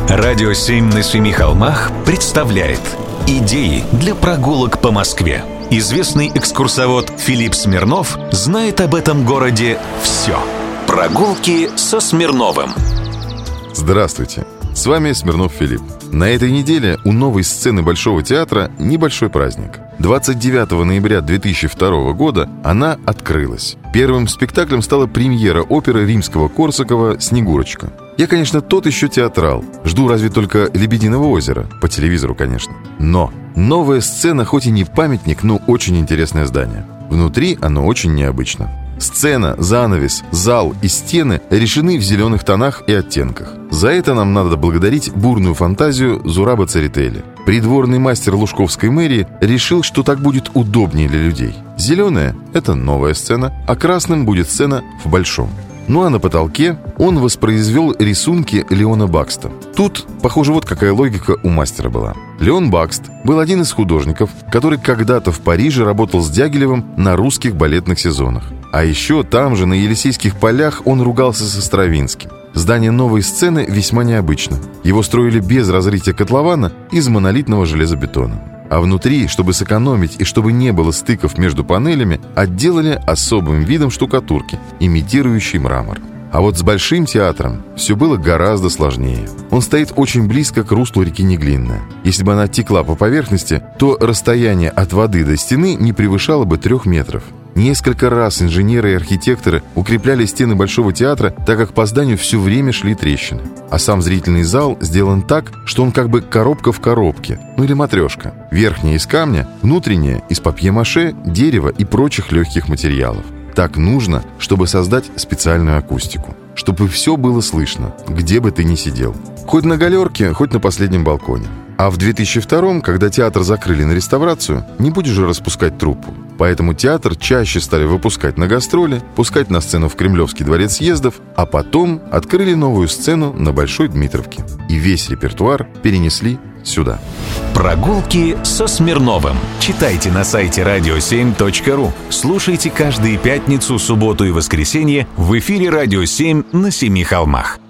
Радио 7 на семи холмах представляет идеи для прогулок по Москве. Известный экскурсовод Филипп Смирнов знает об этом городе все. Прогулки со Смирновым. Здравствуйте, с вами Смирнов Филипп. На этой неделе у новой сцены Большого театра небольшой праздник. 29 ноября 2002 года она открылась. Первым спектаклем стала премьера оперы Римского-Корсакова «Снегурочка». Я, конечно, тот еще театрал. Жду разве только «Лебединого озера». По телевизору, конечно. Но новая сцена хоть и не памятник, но очень интересное здание. Внутри оно очень необычно. Сцена, занавес, зал и стены решены в зеленых тонах и оттенках. За это нам надо благодарить бурную фантазию Зураба Церетели. Придворный мастер Лужковской мэрии решил, что так будет удобнее для людей. Зеленая – это новая сцена, а красным будет сцена в большом. Ну а на потолке он воспроизвел рисунки Леона Бакста. Тут, похоже, вот какая логика у мастера была. Леон Бакст был один из художников, который когда-то в Париже работал с Дягилевым на русских балетных сезонах. А еще там же, на Елисейских полях, он ругался со Стравинским. Здание новой сцены весьма необычно. Его строили без разрытия котлована из монолитного железобетона. А внутри, чтобы сэкономить и чтобы не было стыков между панелями, отделали особым видом штукатурки, имитирующей мрамор. А вот с Большим театром все было гораздо сложнее. Он стоит очень близко к руслу реки Неглинная. Если бы она текла по поверхности, то расстояние от воды до стены не превышало бы 3 метров. Несколько раз инженеры и архитекторы укрепляли стены Большого театра, так как по зданию все время шли трещины. А сам зрительный зал сделан так, что он как бы коробка в коробке, ну или матрешка. Верхняя из камня, внутренняя из папье-маше, дерева и прочих легких материалов. Так нужно, чтобы создать специальную акустику. Чтобы все было слышно, где бы ты ни сидел. Хоть на галерке, хоть на последнем балконе. А в 2002-м, когда театр закрыли на реставрацию, не будешь же распускать труппу. Поэтому театр чаще стали выпускать на гастроли, пускать на сцену в Кремлевский дворец съездов, а потом открыли новую сцену на Большой Дмитровке. И весь репертуар перенесли сюда. Прогулки со Смирновым. Читайте на сайте radio7.ru. Слушайте каждые пятницу, субботу и воскресенье в эфире «Радио 7» на Семи холмах.